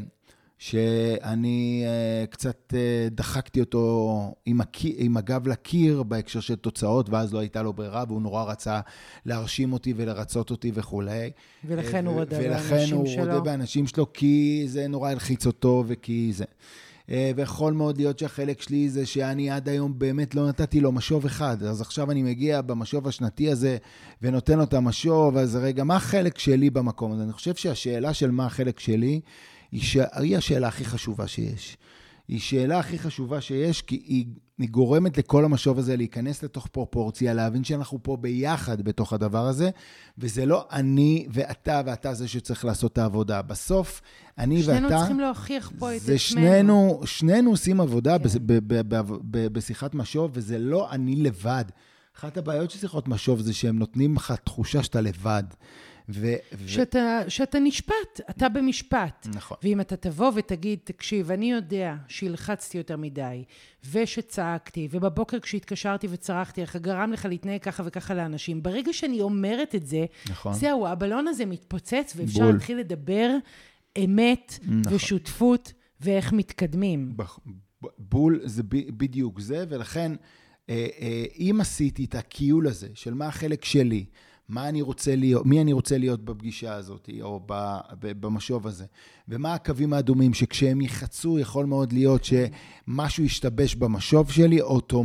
שאני קצת דחקתי אותו עם הגב לקיר בהקשר של תוצאות, ואז לא הייתה לו ברירה, והוא נורא רצה להרשים אותי ולרצות אותי וכו'. ולכן הוא רודה באנשים שלו. ולכן הוא רודה באנשים שלו, כי זה נורא הלחיץ אותו וכי זה. ויכול מאוד להיות שהחלק שלי זה שאני עד היום באמת לא נתתי לו משוב אחד, אז עכשיו אני מגיע במשוב השנתי הזה ונותן לו את המשוב, אז רגע, מה החלק שלי במקום הזה? אני חושב שהשאלה של מה החלק שלי, היא השאלה הכי חשובה שיש. היא שאלה הכי חשובה שיש, כי היא גורמת לכל המשוב הזה להיכנס לתוך פרופורציה, להבין שאנחנו פה ביחד בתוך הדבר הזה, וזה לא אני ואתה זה שצריך לעשות את העבודה. בסוף, אני ואתה... שנינו צריכים להוכיח פה את עצמנו. שנינו עושים עבודה בשיחת משוב, וזה לא אני לבד. אחת הבעיות של שיחות משוב זה שהם נותנים לך תחושה שאתה לבד. שאתה נשפט, אתה במשפט. נכון. ואם אתה תבוא ותגיד, תקשיב, אני יודע שהלחצתי יותר מדי, ושצעקתי, ובבוקר כשהתקשרתי וצרחתי, איך גרם לך להתנהג ככה וככה לאנשים. ברגע שאני אומרת את זה, נכון. זהו, הבלון הזה מתפוצץ, ואפשר להתחיל לדבר אמת ושותפות, ואיך מתקדמים. בול זה בדיוק זה, ולכן, אם עשיתי את הקיול הזה, של מה החלק שלי, מה אני רוצה להיות, מי אני רוצה להיות בפגישה הזאת, או במשוב הזה, ומה הקווים האדומים, שכשהם יחצו, יכול מאוד להיות שמשהו ישתבש במשוב שלי,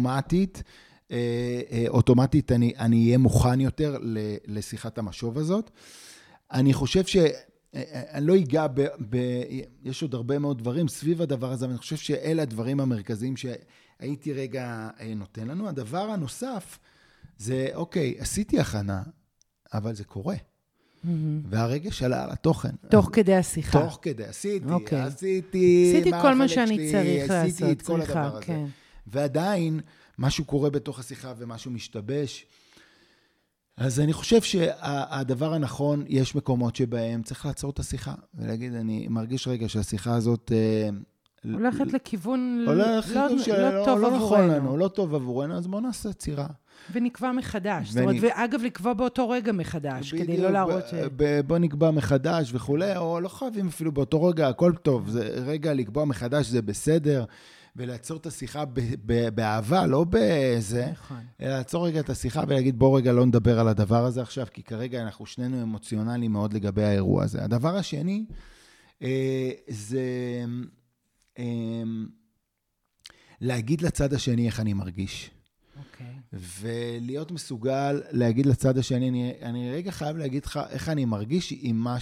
אוטומטית אני אהיה מוכן יותר לשיחת המשוב הזאת. אני חושב אני לא אגע יש עוד הרבה מאוד דברים סביב הדבר הזה, אבל אני חושב שאלה הדברים המרכזיים שהייתי רגע נותן לנו. הדבר הנוסף זה, אוקיי, עשיתי הכנה, אבל זה קורה. והרגש עלה על התוכן. תוך כדי השיחה. תוך כדי, עשיתי כל מה שאני צריך לעשות. עשיתי את כל הדבר הזה. ועדיין, משהו קורה בתוך השיחה ומשהו משתבש. אז אני חושב שהדבר הנכון, יש מקומות שבהם צריך לעצור את השיחה, ולהגיד, אני מרגיש רגע שהשיחה הזאת הולכת לכיוון לא טוב עבורנו. לא טוב עבורנו, אז בואו נעשה צירה. ונקבע מחדש. זאת אומרת, ואגב, לקבוע באותו רגע מחדש, כדי לא להראות בוא נקבע מחדש וכולי, או לא חייבים אפילו באותו רגע, הכל טוב. זה רגע לקבוע מחדש, זה בסדר. ולעצור את השיחה באהבה, לא בזה, אלא לעצור רגע את השיחה ולהגיד, בוא רגע לא נדבר על הדבר הזה עכשיו, כי כרגע אנחנו שנינו אמוציונליים מאוד לגבי האירוע הזה. הדבר השני, זה להגיד לצד השני איך אני מרגיש. ולהיות מסוגל להגיד לצד השני, אני רגע חייב להגיד לך איך אני מרגיש עם מה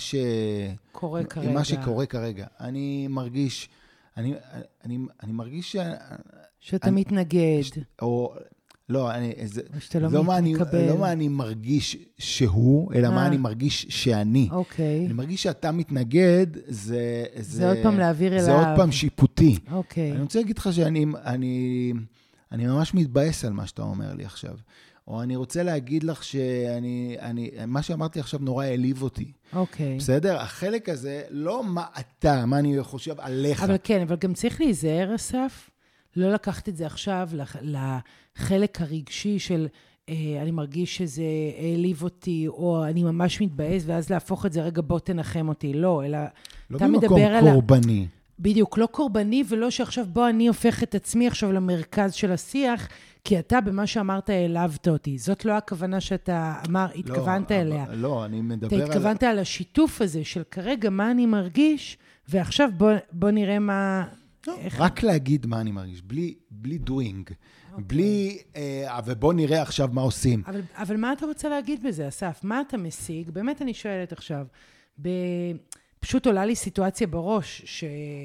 שקורה כרגע. אני מרגיש... אני מרגיש שאתה מתנגד. או לא, לא מה אני מרגיש שהוא, אלא מה אני מרגיש שאני. אוקיי. אני מרגיש שאתה מתנגד, זה עוד פעם להעביר אליו. זה עוד פעם שיפוטי. אוקיי. אני רוצה להגיד לך שאני ממש מתבאס על מה שאתה אומר לי עכשיו. או אני רוצה להגיד לך מה שאמרתי עכשיו נורא העליב אותי. אוקיי. בסדר? החלק הזה, לא מה אני חושב עליך. אבל כן, אבל גם צריך להיזהר, אסף, לא לקחת את זה עכשיו לחלק הרגשי של אני מרגיש שזה העליב אותי, או אני ממש מתבאס, ואז להפוך את זה, רגע, בוא תנחם אותי. לא, אלא לא במקום קורבני. בדיוק, לא קורבני, ולא שעכשיו בוא אני הופך את עצמי עכשיו למרכז של השיח, כי אתה במה שאמרת העלבת אותי. זאת לא הכוונה שאתה התכוונת אליה. לא, אני מדבר על... אתה התכוונת על השיתוף הזה של כרגע מה אני מרגיש, ועכשיו בוא נראה מה... רק להגיד מה אני מרגיש, בלי doing, בלי... ובוא נראה עכשיו מה עושים. אבל מה אתה רוצה להגיד בזה, אסף? מה אתה משיג? באמת אני שואלת עכשיו. פשוט עולה לי סיטואציה בראש,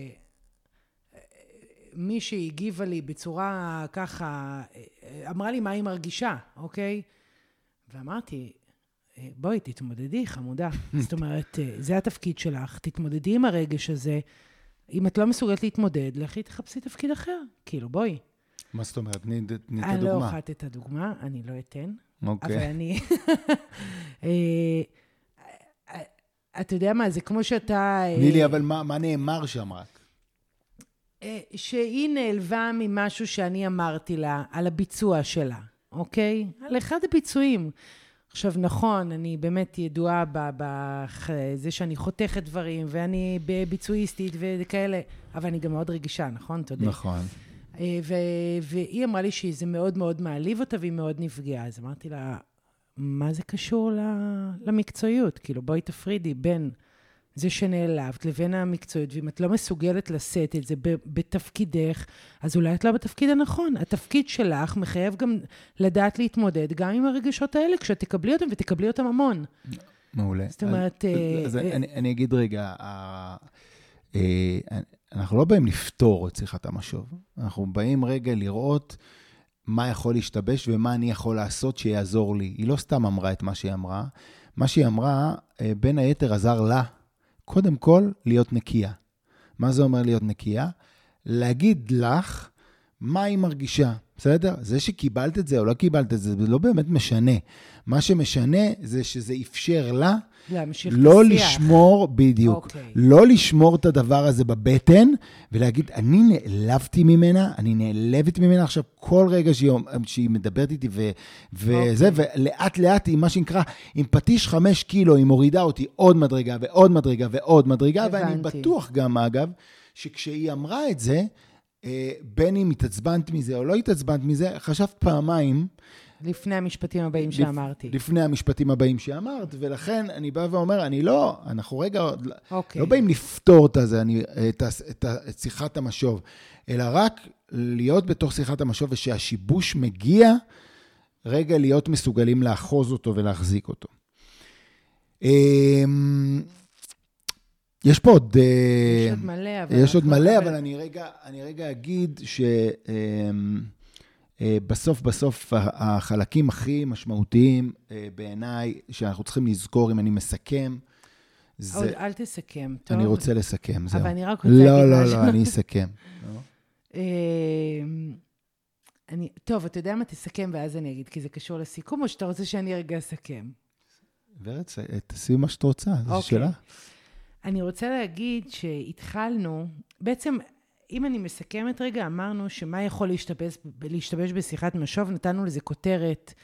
מישהי הגיבה לי בצורה ככה, אמרה לי מה היא מרגישה, אוקיי? ואמרתי, בואי, תתמודדי, חמודה. זאת אומרת, זה התפקיד שלך, תתמודדי עם הרגש הזה. אם את לא מסוגלת להתמודד, לכי תחפשי תפקיד אחר. כאילו, בואי. מה זאת אומרת? תני את הדוגמה. אני לא אוכלת את הדוגמה, אני לא אתן. אוקיי. אבל אני... אתה יודע מה, זה כמו שאתה... נילי, אבל מה נאמר שם רק? שהיא נעלבה ממשהו שאני אמרתי לה, על הביצוע שלה, אוקיי? על אחד הביצועים. עכשיו, נכון, אני באמת ידועה בזה שאני חותכת דברים, ואני ביצועיסטית וכאלה, אבל אני גם מאוד רגישה, נכון? אתה יודע. נכון. והיא אמרה לי שזה מאוד מאוד מעליב אותה, והיא מאוד נפגעה. אז אמרתי לה, מה זה קשור למקצועיות? כאילו, בואי תפרידי בין זה שנעלבת לבין המקצועיות, ואם את לא מסוגלת לשאת את זה בתפקידך, אז אולי את לא בתפקיד הנכון. התפקיד שלך מחייב גם לדעת להתמודד, גם עם הרגשות האלה, כשאת תקבלי אותם, ותקבלי אותם המון. מעולה. זאת אומרת... אז אני אגיד רגע, אנחנו לא באים לפתור את שיחת המשוב. אנחנו באים רגע לראות מה יכול להשתבש, ומה אני יכול לעשות שיעזור לי. היא לא סתם אמרה את מה שהיא אמרה. מה שהיא אמרה, בין היתר עזר לה, קודם כל להיות נקייה. מה זה אומר להיות נקייה? להגיד לך מה היא מרגישה, בסדר? זה שקיבלת את זה או לא קיבלת את זה, זה לא באמת משנה. מה שמשנה זה שזה אפשר לה, לא לשמור, בדיוק, לא לשמור את הדבר הזה בבטן, ולהגיד, אני נעלבתי ממנה, אני נעלבת ממנה, עכשיו כל רגע שהיא מדברת איתי, וזה, ולאט לאט, עם מה שנקרא, עם פטיש 5 קילו, היא מורידה אותי עוד מדרגה, ועוד מדרגה, ועוד מדרגה, ואני בטוח גם, אגב, שכשהיא אמרה את זה, בין אם התעצבנת מזה או לא התעצבנת מזה, חשבת פעמיים, לפני המשפטים הבאים שאמרתי. לפני המשפטים הבאים שאמרת, ולכן אני בא ואומר, אנחנו רגע, לא באים לפתור את שיחת המשוב, אלא רק להיות בתוך שיחת המשוב, ושהשיבוש מגיע, רגע להיות מסוגלים לאחוז אותו ולהחזיק אותו. יש פה עוד... יש עוד מלא, אבל אני רגע אגיד בסוף החלקים הכי משמעותיים בעיניי, שאנחנו צריכים לזכור, אם אני מסכם, עוד אל תסכם, טוב? אני רוצה לסכם, זהו. אבל אני רק רוצה להגיד משהו. לא, אני אסכם. טוב, אתה יודע מה תסכם, ואז אני אגיד, כי זה קשור לסיכום, או שאתה רוצה שאני רגע אסכם? ורד, תעשי מה שאת רוצה, זו שאלה. אני רוצה להגיד שהתחלנו, בעצם, אם אני מסכמת רגע, אמרנו שמה יכול להשתבש בשיחת משוב, נתנו לזה כותרת,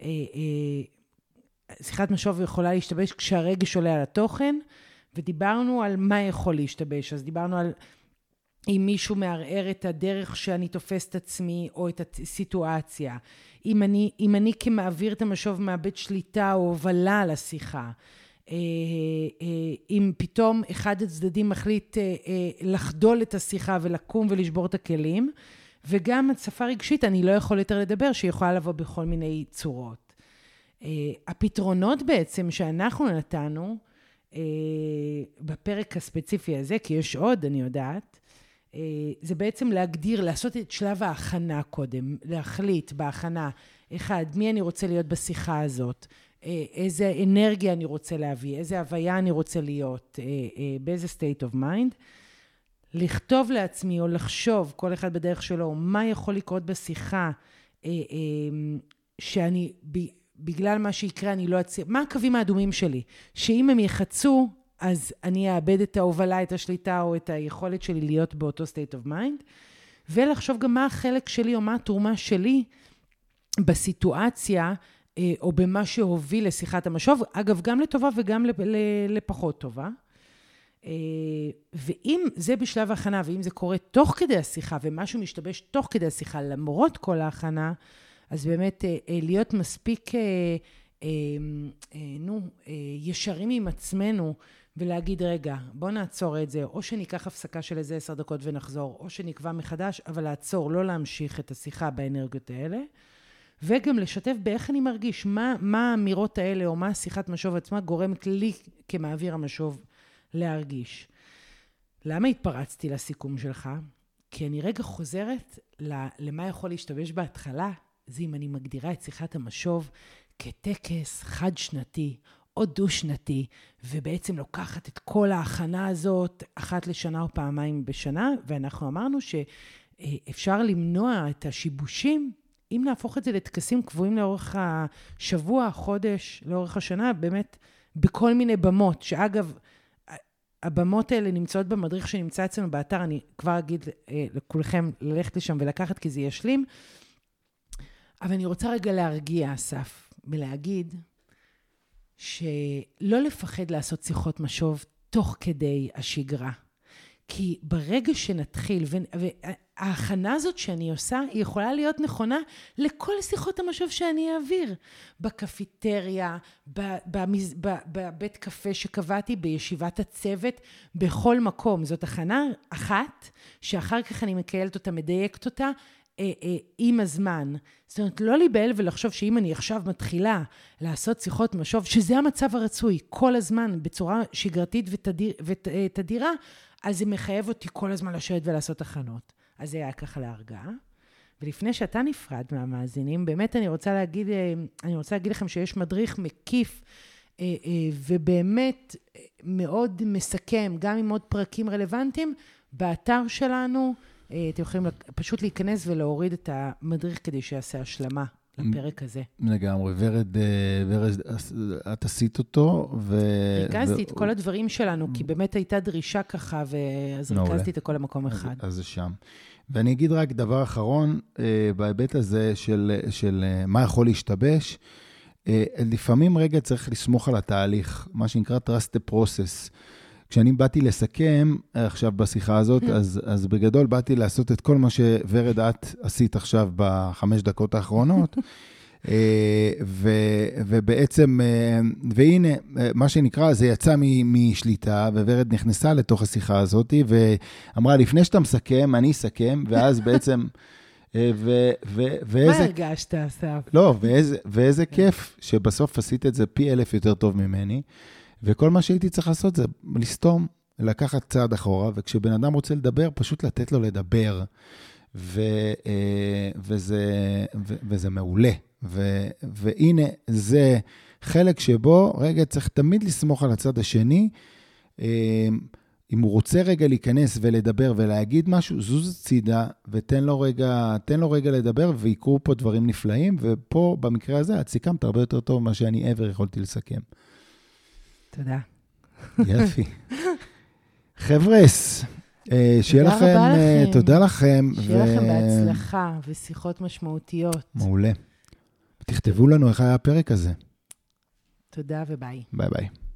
שיחת משוב יכולה להשתבש כשהרגש עולה על התוכן, ודיברנו על מה יכול להשתבש, אז דיברנו על אם מישהו מערער את הדרך שאני תופס את עצמי, או את הסיטואציה, אם אני כמעביר את המשוב מאבד שליטה או הובלה על השיחה, אם פתאום אחד הצדדים מחליט לחדול את השיחה ולקום ולשבור את הכלים, וגם הצפה רגשית אני לא יכול יותר לדבר, שיכולה לבוא בכל מיני צורות. הפתרונות בעצם שאנחנו נתנו, בפרק הספציפי הזה, כי יש עוד, אני יודעת, זה בעצם להגדיר, לעשות את שלב ההכנה קודם, להחליט בהכנה, אחד, מי אני רוצה להיות בשיחה הזאת, איזה אנרגיה אני רוצה להביא, איזה הוויה אני רוצה להיות, באיזה state of mind, לכתוב לעצמי או לחשוב, כל אחד בדרך שלו, מה יכול לקרות בשיחה, שאני, בגלל מה שיקרה, אני לא אצליח, מה הקווים האדומים שלי? שאם הם יחצו, אז אני אאבד את ההובלה, את השליטה, או את היכולת שלי להיות באותו state of mind, ולחשוב גם מה החלק שלי, או מה התרומה שלי, בסיטואציה, או במה שהוביל לשיחת המשוב, אגב, גם לטובה וגם לפחות טובה. ואם זה בשלב ההכנה, ואם זה קורה תוך כדי השיחה, ומשהו משתבש תוך כדי השיחה, למרות כל ההכנה, אז באמת להיות מספיק, ישרים עם עצמנו, ולהגיד, רגע, בוא נעצור את זה, או שניקח הפסקה של איזה 10 דקות ונחזור, או שנקבע מחדש, אבל לעצור, לא להמשיך את השיחה באנרגיות האלה, וגם לשתף באיך אני מרגיש, מה האמירות האלה, או מה שיחת משוב עצמה, גורמת לי כמעביר המשוב להרגיש. למה התפרצתי לסיכום שלך? כי אני רגע חוזרת למה יכול להשתבש בהתחלה, זה אם אני מגדירה את שיחת המשוב כטקס חד שנתי, או דו-שנתי, ובעצם לוקחת את כל ההכנה הזאת, אחת לשנה או פעמיים בשנה, ואנחנו אמרנו שאפשר למנוע את השיבושים, אם נהפוך את זה לטקסים קבועים לאורך השבוע, החודש, לאורך השנה, באמת בכל מיני במות, שאגב, הבמות האלה נמצאות במדריך שנמצא אצלנו באתר, אני כבר אגיד לכולכם ללכת לשם ולקחת, כי זה ישלים, אבל אני רוצה רגע להרגיע, אסף, ולהגיד שלא לפחד לעשות שיחות משוב תוך כדי השגרה. כי ברגע שנתחיל, וההכנה הזאת שאני עושה, היא יכולה להיות נכונה לכל שיחות המשוב שאני אעביר. בקפיטריה, בבית קפה שקבעתי, בישיבת הצוות, בכל מקום. זאת הכנה אחת, שאחר כך אני מקיילת אותה, מדייקת אותה, עם הזמן. זאת אומרת, לא להיבהל ולחשוב שאם אני עכשיו מתחילה לעשות שיחות משוב, שזה המצב הרצוי, כל הזמן, בצורה שגרתית ותדירה, אז זה מחייב אותי כל הזמן לשבת ולעשות הכנות. אז זה היה ככה להרגעה. ולפני שאתה נפרד מהמאזינים, באמת אני רוצה להגיד לכם שיש מדריך מקיף, ובאמת מאוד מסכם, גם עם עוד פרקים רלוונטיים, באתר שלנו, אתם יכולים פשוט להיכנס ולהוריד את המדריך כדי שיעשה השלמה לפרק הזה. לגמרי. ורד, את עשית אותו, ריכזתי את כל הדברים שלנו, כי באמת הייתה דרישה ככה, אז ריכזתי את הכל למקום אחד. אז זה שם. ואני אגיד רק דבר אחרון, בהיבט הזה של מה יכול להשתבש, לפעמים רגע צריך לסמוך על התהליך, מה שנקרא trust the process. כשאני באתי לסכם עכשיו בשיחה הזאת, אז בגדול באתי לעשות את כל מה שוורד את עשית עכשיו ב5 דקות האחרונות, ובעצם, והנה, מה שנקרא, זה יצא משליטה, וורד נכנסה לתוך השיחה הזאת, ואמרה, לפני שאתה מסכם, אני אסכם, ואז בעצם, מה הרגשת, אסף? לא, ואיזה כיף שבסוף עשית את זה פי 1000 יותר טוב ממני, וכל מה שהייתי צריך לעשות זה לסתום, לקחת צעד אחורה, וכשבן אדם רוצה לדבר, פשוט לתת לו לדבר, וזה מעולה. והנה, זה חלק שבו, רגע, צריך תמיד לסמוך על הצד השני, אם הוא רוצה רגע להיכנס ולדבר ולהגיד משהו, זוז הצידה, ותן לו רגע לדבר, ויקרו פה דברים נפלאים, ופה, במקרה הזה, את סיכמת הרבה יותר טוב ממה שאני ever יכולתי לסכם. תודה. יפי. חבר'ס, שיהיה לכם, תודה לכם. שיהיה לכם בהצלחה ושיחות משמעותיות. מעולה. תכתבו לנו איך היה הפרק הזה. תודה וביי. ביי ביי.